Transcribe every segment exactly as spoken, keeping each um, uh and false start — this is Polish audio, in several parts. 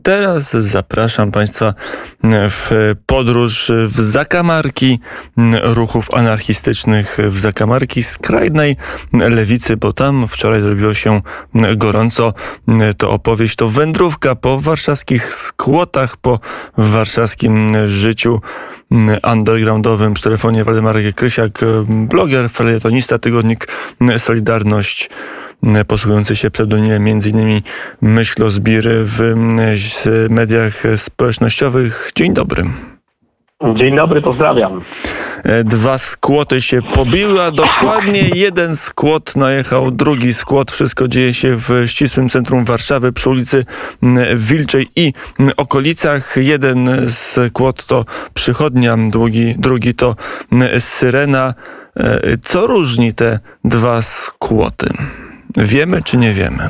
Teraz zapraszam Państwa w podróż w zakamarki ruchów anarchistycznych, w zakamarki skrajnej lewicy, bo tam wczoraj zrobiło się gorąco. To opowieść, to wędrówka po warszawskich skłotach, po warszawskim życiu undergroundowym. Przy telefonie Waldemar Krysiak, bloger, felietonista, tygodnik Solidarność, posługujący się pseudonimem między innymi Myślozbir w mediach społecznościowych. Dzień dobry. Dzień dobry, pozdrawiam. Dwa skłoty się pobiły, a dokładnie jeden skłot najechał drugi skłot. Wszystko dzieje się w ścisłym centrum Warszawy przy ulicy Wilczej i okolicach. Jeden skłot to Przychodnia, drugi, drugi to Syrena. Co różni te dwa skłoty? Wiemy czy nie wiemy?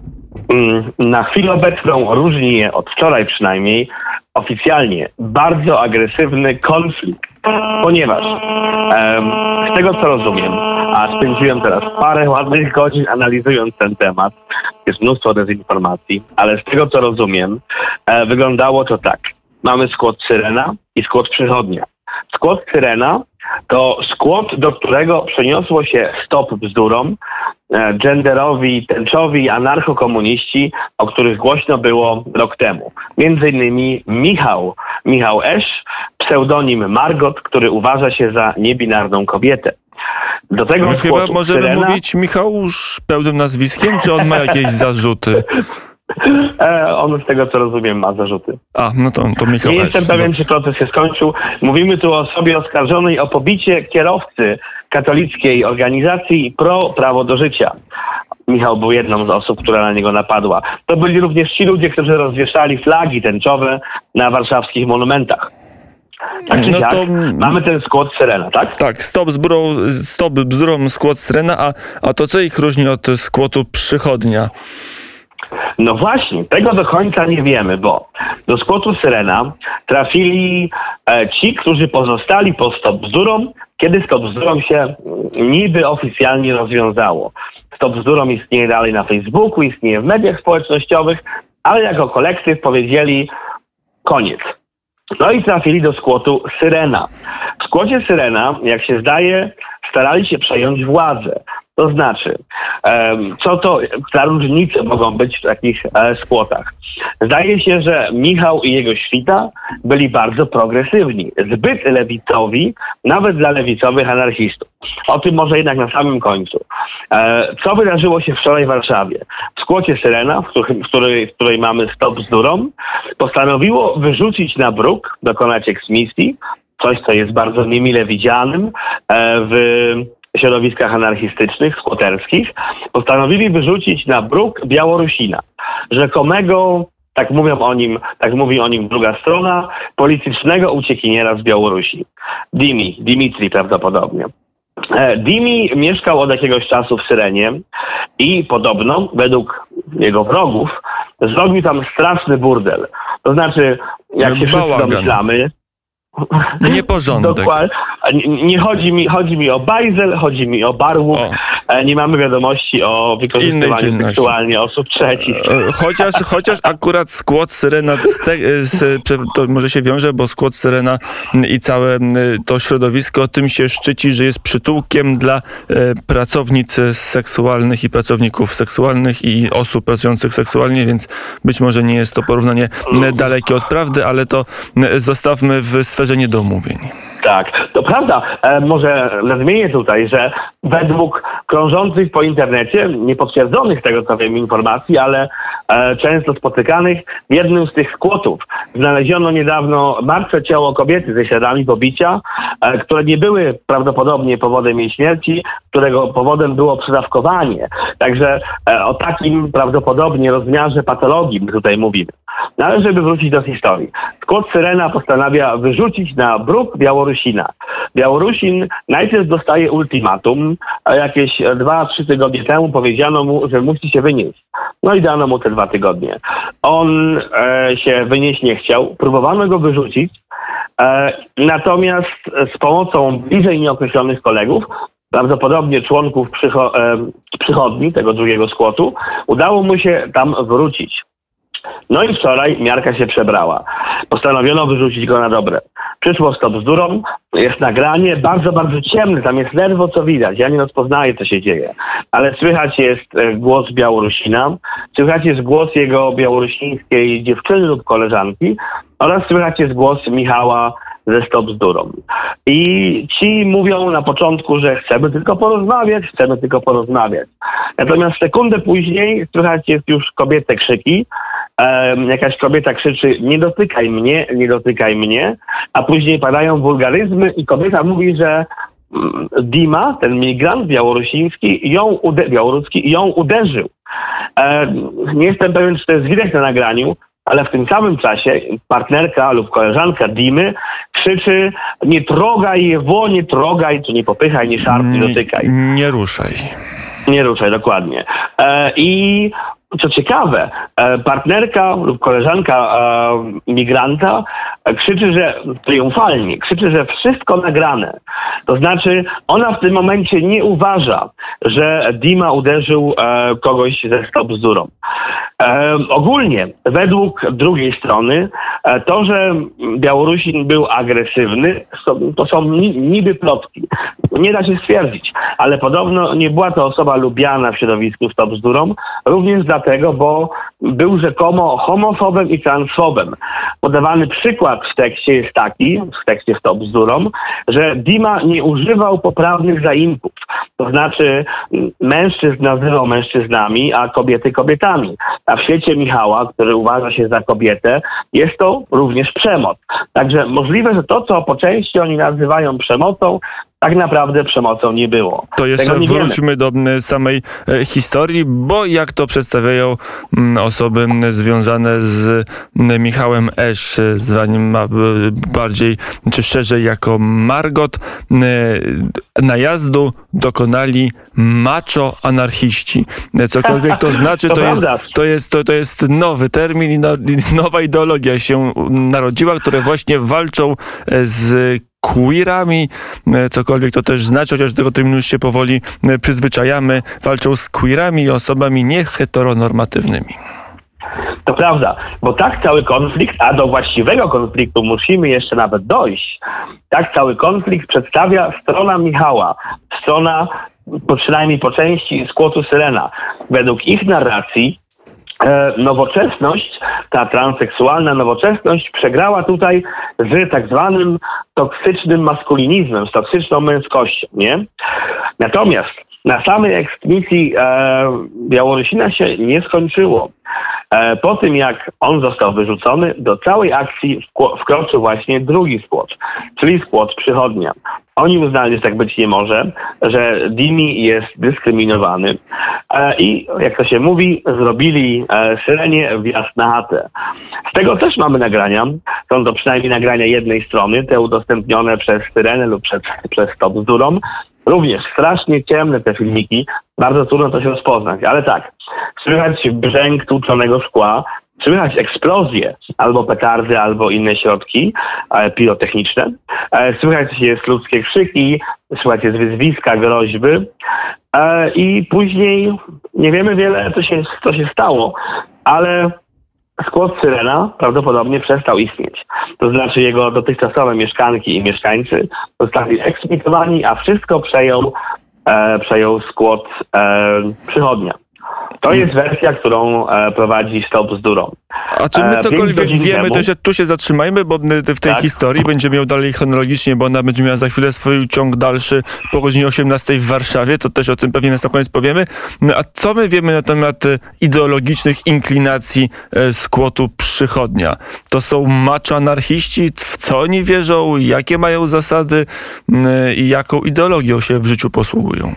Na chwilę obecną różni je od wczoraj przynajmniej oficjalnie bardzo agresywny konflikt, ponieważ em, z tego co rozumiem, a spędziłem teraz parę ładnych godzin analizując ten temat, jest mnóstwo dezinformacji, ale z tego co rozumiem e, wyglądało to tak. Mamy skłot Syrena i skłot Przychodnia. Skłot Syrena to skłot, do którego przeniosło się Stop Bzdurom, genderowi, tęczowi, anarchokomuniści, o których głośno było rok temu. Między innymi Michał, Michał Esz, pseudonim Margot, który uważa się za niebinarną kobietę. Do tego My chyba możemy Syrena... mówić Michałusz pełnym nazwiskiem, czy on ma jakieś zarzuty? E, on z tego co rozumiem ma zarzuty. A, no to, to Michał Nie Esz, jestem pewien, dobrze. czy proces się skończył. Mówimy tu o osobie oskarżonej o pobicie kierowcy katolickiej organizacji Pro Prawo do Życia. Michał był jedną z osób, która na niego napadła. To byli również ci ludzie, którzy rozwieszali flagi tęczowe na warszawskich monumentach. Tak czy No siak, to- mamy ten skłot Syrena, tak? Tak, stop bzdurą, stop bzdurą skłot Syrena, a, a to co ich różni od skłotu Przychodnia? No właśnie, tego do końca nie wiemy, bo do skłotu Syrena trafili e, ci, którzy pozostali po Stop Bzdurom, kiedy Stop Bzdurom się niby oficjalnie rozwiązało. Stop Bzdurom istnieje dalej na Facebooku, istnieje w mediach społecznościowych, ale jako kolektyw powiedzieli koniec. No i trafili do skłotu Syrena. W skłocie Syrena, jak się zdaje, starali się przejąć władzę. To znaczy, co to za różnice mogą być w takich skłotach? Zdaje się, że Michał i jego świta byli bardzo progresywni, zbyt lewicowi, nawet dla lewicowych anarchistów. O tym może jednak na samym końcu. Co wydarzyło się wczoraj w Warszawie? W skłocie Syrena, w, którym, w, której, w której mamy Stop Bzdurom, postanowiło wyrzucić na bruk, dokonać eksmisji, coś co jest bardzo niemile widzianym w środowiskach anarchistycznych, skłoterskich, postanowili wyrzucić na bruk Białorusina, rzekomego, tak mówią o nim, tak mówi o nim druga strona, politycznego uciekiniera z Białorusi. Dimi, Dimitri prawdopodobnie. Dimi mieszkał od jakiegoś czasu w Syrenie i podobno, według jego wrogów, zrobił tam straszny burdel. To znaczy, jak się wszyscy Bałagan. domyślamy, Nieporządek. Dokładnie. Nie, nie chodzi mi, chodzi mi o bajzel, chodzi mi o barłów. O. Nie mamy wiadomości o wykorzystywaniu seksualnie osób trzecich. Chociaż, chociaż akurat skłot Syrena, z te, z, to może się wiąże, bo skłot Syrena i całe to środowisko tym się szczyci, że jest przytułkiem dla pracownic seksualnych i pracowników seksualnych i osób pracujących seksualnie, więc być może nie jest to porównanie dalekie od prawdy, ale to zostawmy w sferze niedomówień. Tak, to prawda. E, może nadmienię tutaj, że według krążących po internecie, niepotwierdzonych tego co wiem informacji, ale e, często spotykanych, w jednym z tych skłotów znaleziono niedawno martwe ciało kobiety ze śladami pobicia, e, które nie były prawdopodobnie powodem jej śmierci, którego powodem było przedawkowanie. Także e, o takim prawdopodobnie rozmiarze patologii my tutaj mówimy. No ale żeby wrócić do historii. Skłot Syrena postanawia wyrzucić na bruk Białorusina. Białorusin najpierw dostaje ultimatum, a jakieś dwa, trzy tygodnie temu powiedziano mu, że musi się wynieść. No i dano mu te dwa tygodnie. On e, się wynieść nie chciał. Próbowano go wyrzucić. E, natomiast z pomocą bliżej nieokreślonych kolegów, prawdopodobnie członków przycho- e, przychodni tego drugiego skłotu, udało mu się tam wrócić. No i wczoraj miarka się przebrała. Postanowiono wyrzucić go na dobre. Przyszło Stop Bzdurom, jest nagranie, bardzo, bardzo ciemne, tam jest ledwo co widać. Ja nie rozpoznaję, co się dzieje. Ale słychać jest głos Białorusina, słychać jest głos jego białorusińskiej dziewczyny lub koleżanki oraz słychać jest głos Michała ze Stop Bzdurom. I ci mówią na początku, że chcemy tylko porozmawiać, chcemy tylko porozmawiać. Natomiast sekundę później słychać jest już kobiete krzyki. Um, jakaś kobieta krzyczy: nie dotykaj mnie, nie dotykaj mnie, a później padają wulgaryzmy i kobieta mówi, że um, Dima, ten migrant białorusiński, ją ude- białoruski, ją uderzył. Um, nie jestem pewien, czy to jest widać na nagraniu, ale w tym samym czasie partnerka lub koleżanka Dimy krzyczy: nie trogaj jego, nie trogaj, tu nie popychaj, nie szarp, nie dotykaj. Nie ruszaj. Nie ruszaj, dokładnie. E, I co ciekawe, e, partnerka lub koleżanka e, migranta e, krzyczy, że triumfalnie, krzyczy, że wszystko nagrane. To znaczy, ona w tym momencie nie uważa, że Dima uderzył e, kogoś ze Stop Bzdurom. E, ogólnie, według drugiej strony, e, to, że Białorusin był agresywny, to, to są ni, niby plotki. Nie da się stwierdzić, ale podobno nie była to osoba lubiana w środowisku Stop Bzdurom, również dlatego, bo był rzekomo homofobem i transfobem. Podawany przykład w tekście jest taki, w tekście Stop Bzdurom, że Dima nie używał poprawnych zaimków. To znaczy mężczyzn nazywał mężczyznami, a kobiety kobietami. A w świecie Michała, który uważa się za kobietę, jest to również przemoc. Także możliwe, że to, co po części oni nazywają przemocą, tak naprawdę przemocą nie było. To jeszcze wróćmy do samej e, historii, bo jak to przedstawiają m, osoby m, związane z m, Michałem Esz, zwanym ma, bardziej czy szerzej jako Margot, m, najazdu dokonali macho anarchiści. Cokolwiek to znaczy, to, to, jest, to, jest, to, to jest nowy termin i, no, i nowa ideologia się narodziła, które właśnie walczą z queerami, cokolwiek to też znaczy, chociaż do tego terminu już się powoli przyzwyczajamy, walczą z queerami i osobami nieheteronormatywnymi. To prawda, bo tak cały konflikt, a do właściwego konfliktu musimy jeszcze nawet dojść, tak cały konflikt przedstawia strona Michała, strona przynajmniej po części skłotu Syrena. Według ich narracji nowoczesność, ta transseksualna nowoczesność przegrała tutaj z tak zwanym toksycznym maskulinizmem, z toksyczną męskością, nie? Natomiast na samej eksmisji e, Białorusina się nie skończyło. E, po tym, jak on został wyrzucony, do całej akcji wkło- wkroczył właśnie drugi skłot, czyli skłot Przychodnia. Oni uznali, że tak być nie może, że Dimi jest dyskryminowany e, i, jak to się mówi, zrobili e, Syrenie wjazd na chatę. Z tego też mamy nagrania. Są to przynajmniej nagrania jednej strony, te udostępnione przez Syrenę lub przez, przez Stop Bzdurom. Również strasznie ciemne te filmiki, bardzo trudno to się rozpoznać, ale tak, słychać brzęk tłuczonego szkła, słychać eksplozje, albo petardy, albo inne środki e, pirotechniczne, e, słychać jest ludzkie krzyki, słychać jest wyzwiska, groźby e, i później nie wiemy wiele, co się, co się stało, ale skłot Syrena prawdopodobnie przestał istnieć. To znaczy jego dotychczasowe mieszkanki i mieszkańcy zostali eksmitowani, a wszystko przejął, e, przejął skłot e, Przychodnia. To jest wersja, którą e, prowadzi Stop Bzdurom. A czy my cokolwiek wiemy, temu, to się, tu się zatrzymajmy, bo w tej tak. historii będziemy ją dalej chronologicznie, bo ona będzie miała za chwilę swój ciąg dalszy po godzinie osiemnastej w Warszawie, to też o tym pewnie na sam koniec powiemy. A co my wiemy na temat ideologicznych inklinacji skłotu Przychodnia? To są macho anarchiści? W co oni wierzą? Jakie mają zasady? I jaką ideologią się w życiu posługują?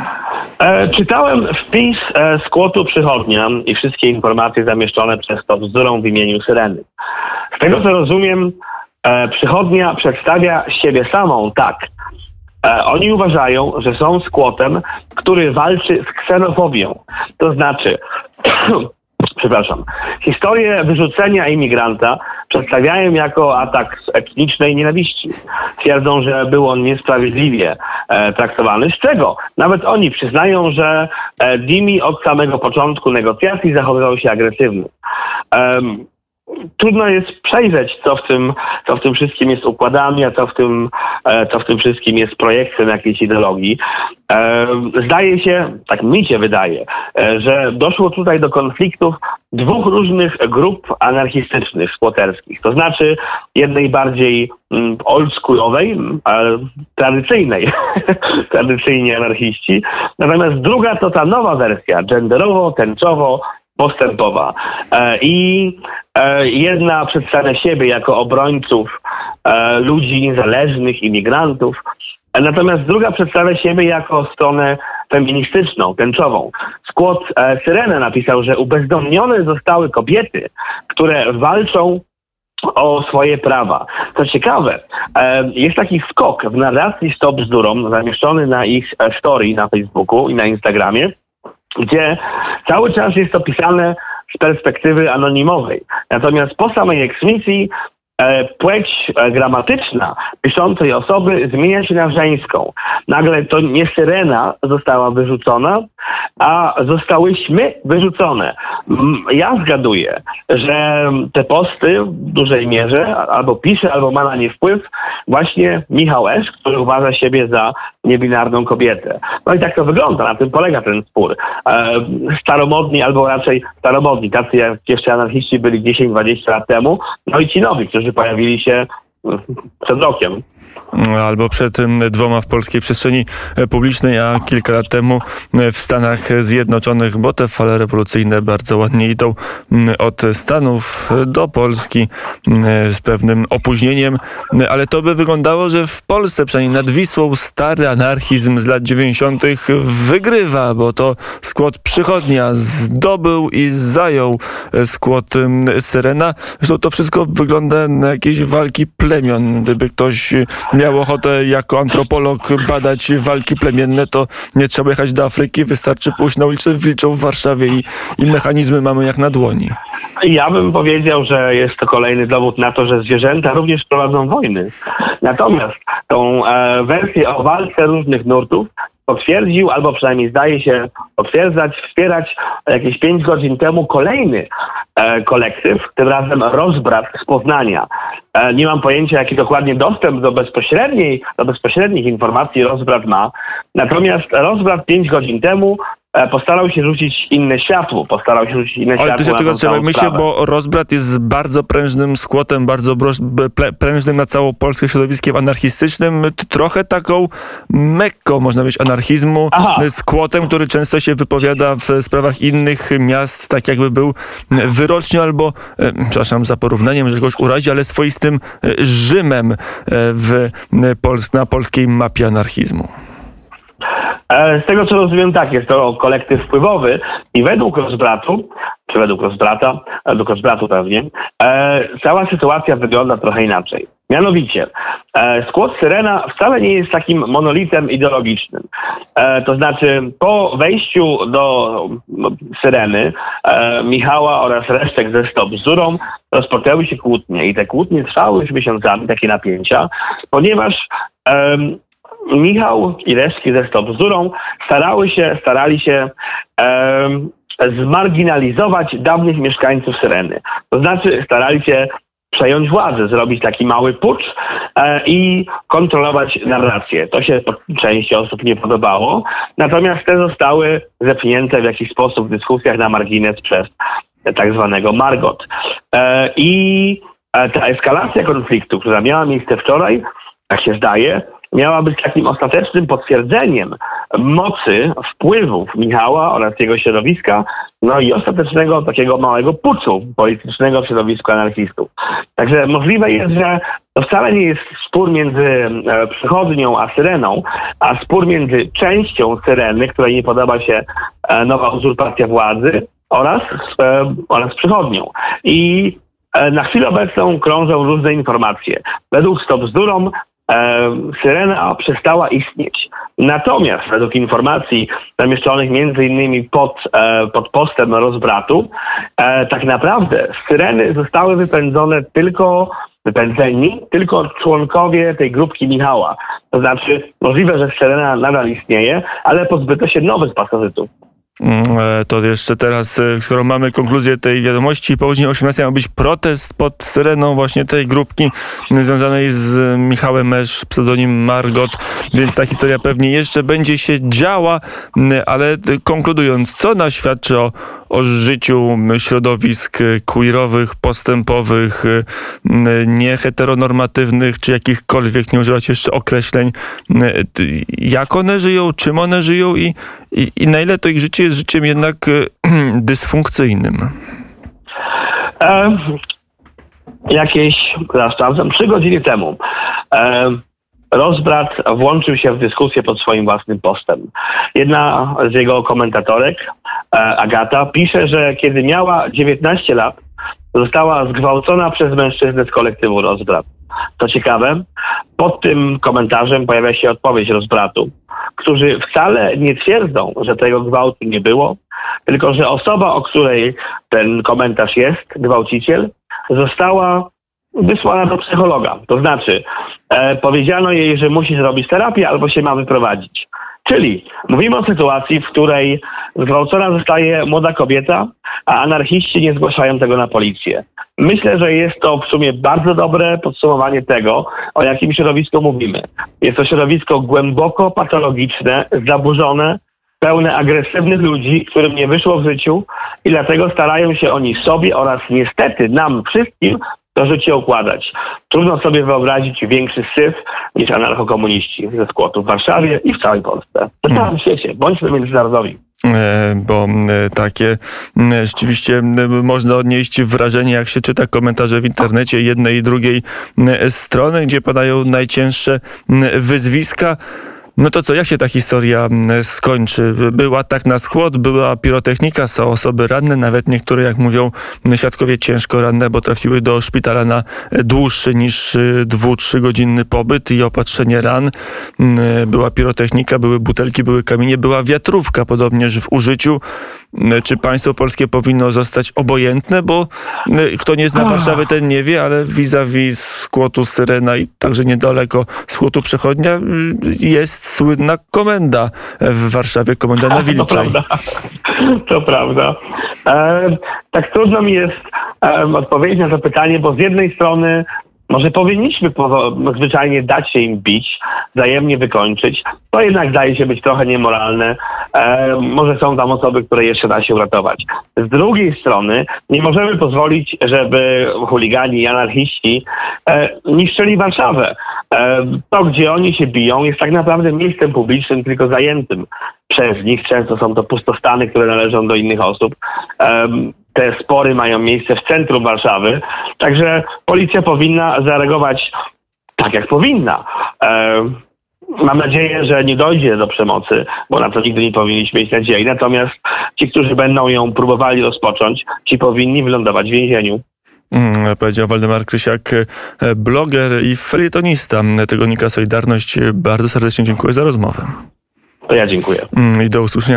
E, czytałem wpis e, skłotu Przychodnia i wszystkie informacje zamieszczone przez Stop Bzdurom w imieniu Syreny. Z tego co rozumiem, e, Przychodnia przedstawia siebie samą tak. E, oni uważają, że są skłotem, który walczy z ksenofobią. To znaczy, przepraszam, historię wyrzucenia imigranta przedstawiają jako atak z etnicznej nienawiści. Twierdzą, że był on niesprawiedliwie e, traktowany, z czego nawet oni przyznają, że e, Dimi od samego początku negocjacji zachowywał się agresywnie. Um, Trudno jest przejrzeć, co w tym, co w tym wszystkim jest układami, a co w tym, co w tym wszystkim jest projektem jakiejś ideologii. Zdaje się, tak mi się wydaje, że doszło tutaj do konfliktów dwóch różnych grup anarchistycznych, skłoterskich. To znaczy jednej bardziej oldschoolowej, tradycyjnej, tradycyjnie anarchiści. Natomiast druga to ta nowa wersja, genderowo, tęczowo, postępowa. I jedna przedstawia siebie jako obrońców ludzi niezależnych, imigrantów, natomiast druga przedstawia siebie jako stronę feministyczną, tęczową. Skład Syrena napisał, że ubezdomnione zostały kobiety, które walczą o swoje prawa. Co ciekawe, jest taki skok w narracji Stop Bzdurom zamieszczony na ich story na Facebooku i na Instagramie, gdzie cały czas jest to pisane z perspektywy anonimowej. Natomiast po samej eksmisji e, płeć e, gramatyczna piszącej osoby zmienia się na żeńską. Nagle to nie Syrena została wyrzucona, a zostałyśmy wyrzucone. Ja zgaduję, że te posty w dużej mierze albo pisze, albo ma na nie wpływ właśnie Michał Esz, który uważa siebie za niebinarną kobietę. No i tak to wygląda, na tym polega ten spór. E, staromodni, albo raczej staromodni, tacy jak jeszcze anarchiści byli dziesięć dwadzieścia lat temu, no i ci nowi, którzy pojawili się przed rokiem. Albo przed dwoma w polskiej przestrzeni publicznej, a kilka lat temu w Stanach Zjednoczonych, bo te fale rewolucyjne bardzo ładnie idą od Stanów do Polski z pewnym opóźnieniem, ale to by wyglądało, że w Polsce, przynajmniej nad Wisłą, stary anarchizm z lat dziewięćdziesiątych wygrywa, bo to skład Przychodnia zdobył i zajął skład Syrena. Zresztą to wszystko wygląda na jakieś walki plemion. Gdyby ktoś miał ochotę jako antropolog badać walki plemienne, to nie trzeba jechać do Afryki, wystarczy pójść na ulicę Wilczą w Warszawie i, i mechanizmy mamy jak na dłoni. Ja bym powiedział, że jest to kolejny dowód na to, że zwierzęta również prowadzą wojny. Natomiast tą e, wersję o walce różnych nurtów potwierdził, albo przynajmniej zdaje się potwierdzać, wspierać jakieś pięć godzin temu kolejny e, kolektyw, tym razem Rozbrat z Poznania. E, nie mam pojęcia, jaki dokładnie dostęp do bezpośredniej, do bezpośrednich informacji Rozbrat ma. Natomiast Rozbrat pięć godzin temu postarał się rzucić inne światło, postarał się rzucić inne Ale światło. Ale tego trzeba myśleć, bo Rozbrat jest bardzo prężnym skłotem, bardzo prężnym na całą Polskę środowiskiem anarchistycznym, trochę taką Mekką, można powiedzieć, anarchizmu, Aha. skłotem, który często się wypowiada w sprawach innych miast, tak jakby był wyrocznią albo, przepraszam za porównaniem, że kogoś urazi, ale swoistym Rzymem w Pols- na polskiej mapie anarchizmu. Z tego co rozumiem, tak, jest to kolektyw wpływowy i według Rozbratu, czy według Rozbrata, według Rozbratu pewnie, e, cała sytuacja wygląda trochę inaczej. Mianowicie, e, skład Syrena wcale nie jest takim monolitem ideologicznym. E, to znaczy, po wejściu do no, Syreny, e, Michała oraz resztek ze Stop Bzdurą rozpoczęły się kłótnie i te kłótnie trwały już miesiącami, takie napięcia, ponieważ e, Michał i resztki ze Stop Bzdurą starały się, starali się e, zmarginalizować dawnych mieszkańców Syreny. To znaczy starali się przejąć władzę, zrobić taki mały pucz e, i kontrolować narrację. To się części osób nie podobało, natomiast te zostały zepchnięte w jakiś sposób w dyskusjach na margines przez tak zwanego Margot. E, I e, ta eskalacja konfliktu, która miała miejsce wczoraj, jak się zdaje, miała być takim ostatecznym potwierdzeniem mocy wpływów Michała oraz jego środowiska, no i ostatecznego takiego małego puczu politycznego w środowisku anarchistów. Także możliwe jest, że to wcale nie jest spór między Przychodnią a Syreną, a spór między częścią Syreny, której nie podoba się nowa uzurpacja władzy, oraz, oraz Przychodnią. I na chwilę obecną krążą różne informacje. Według Stop Bzdurom E, Syrena przestała istnieć. Natomiast według informacji zamieszczonych między innymi pod, e, pod postem Rozbratu, e, tak naprawdę z Syreny zostały wypędzone tylko wypędzeni, tylko członkowie tej grupki Michała. To znaczy możliwe, że Syrena nadal istnieje, ale pozbyto się nowych pasożytów. To jeszcze teraz, skoro mamy konkluzję tej wiadomości, po godzinie osiemnastej ma być protest pod syreną właśnie tej grupki związanej z Michałem Esz, pseudonim Margot, więc ta historia pewnie jeszcze będzie się działa, ale konkludując, co nas świadczy o, o życiu środowisk queerowych, postępowych, nieheteronormatywnych, czy jakichkolwiek, nie używać jeszcze określeń, jak one żyją, czym one żyją i, i, i na ile to ich życie jest życiem jednak dysfunkcyjnym? E, jakieś, zaraz sprawdzam, trzy godziny temu e, Rozbrat włączył się w dyskusję pod swoim własnym postem. Jedna z jego komentatorek, e, Agata, pisze, że kiedy miała dziewiętnaście lat, została zgwałcona przez mężczyznę z kolektywu Rozbrat. Co ciekawe, pod tym komentarzem pojawia się odpowiedź Rozbratu, którzy wcale nie twierdzą, że tego gwałtu nie było, tylko że osoba, o której ten komentarz jest, gwałciciel, została wysłana do psychologa. To znaczy, e, powiedziano jej, że musi zrobić terapię albo się ma wyprowadzić. Czyli mówimy o sytuacji, w której zgwałcona zostaje młoda kobieta, a anarchiści nie zgłaszają tego na policję. Myślę, że jest to w sumie bardzo dobre podsumowanie tego, o jakim środowisku mówimy. Jest to środowisko głęboko patologiczne, zaburzone, pełne agresywnych ludzi, którym nie wyszło w życiu i dlatego starają się oni sobie oraz niestety nam wszystkim to życie układać. Trudno sobie wyobrazić większy syf niż anarchokomuniści ze skłotu w Warszawie i w całej Polsce. W całym świecie. Bądźmy międzynarodowi. Bo takie rzeczywiście można odnieść wrażenie, jak się czyta komentarze w internecie jednej i drugiej strony, gdzie padają najcięższe wyzwiska. No to co, jak się ta historia skończy? Był atak na skład, była pirotechnika, są osoby ranne, nawet niektóre, jak mówią świadkowie, ciężko ranne, bo trafiły do szpitala na dłuższy niż dwu trzygodzinny pobyt i opatrzenie ran. Była pirotechnika, były butelki, były kamienie, była wiatrówka podobnież w użyciu. Czy państwo polskie powinno zostać obojętne, bo kto nie zna Warszawy, ten nie wie, ale vis-a-vis skłotu Syrena i także niedaleko skłotu Przechodnia jest słynna komenda w Warszawie, komenda na Wilczej. To prawda. To prawda. E, tak trudno mi jest e, odpowiedzieć na to pytanie, bo z jednej strony może powinniśmy powo- zwyczajnie dać się im bić, wzajemnie wykończyć. To jednak zdaje się być trochę niemoralne. E, może są tam osoby, które jeszcze da się uratować. Z drugiej strony nie możemy pozwolić, żeby chuligani i anarchiści e, niszczyli Warszawę. E, to, gdzie oni się biją, jest tak naprawdę miejscem publicznym, tylko zajętym przez nich. Często są to pustostany, które należą do innych osób. E, Te spory mają miejsce w centrum Warszawy, także policja powinna zareagować tak, jak powinna. E, mam nadzieję, że nie dojdzie do przemocy, bo na to nigdy nie powinniśmy mieć nadziei. Natomiast ci, którzy będą ją próbowali rozpocząć, ci powinni wylądować w więzieniu. Hmm, powiedział Waldemar Krysiak, bloger i felietonista tygodnika Solidarność. Bardzo serdecznie dziękuję za rozmowę. To ja dziękuję. I do usłyszenia.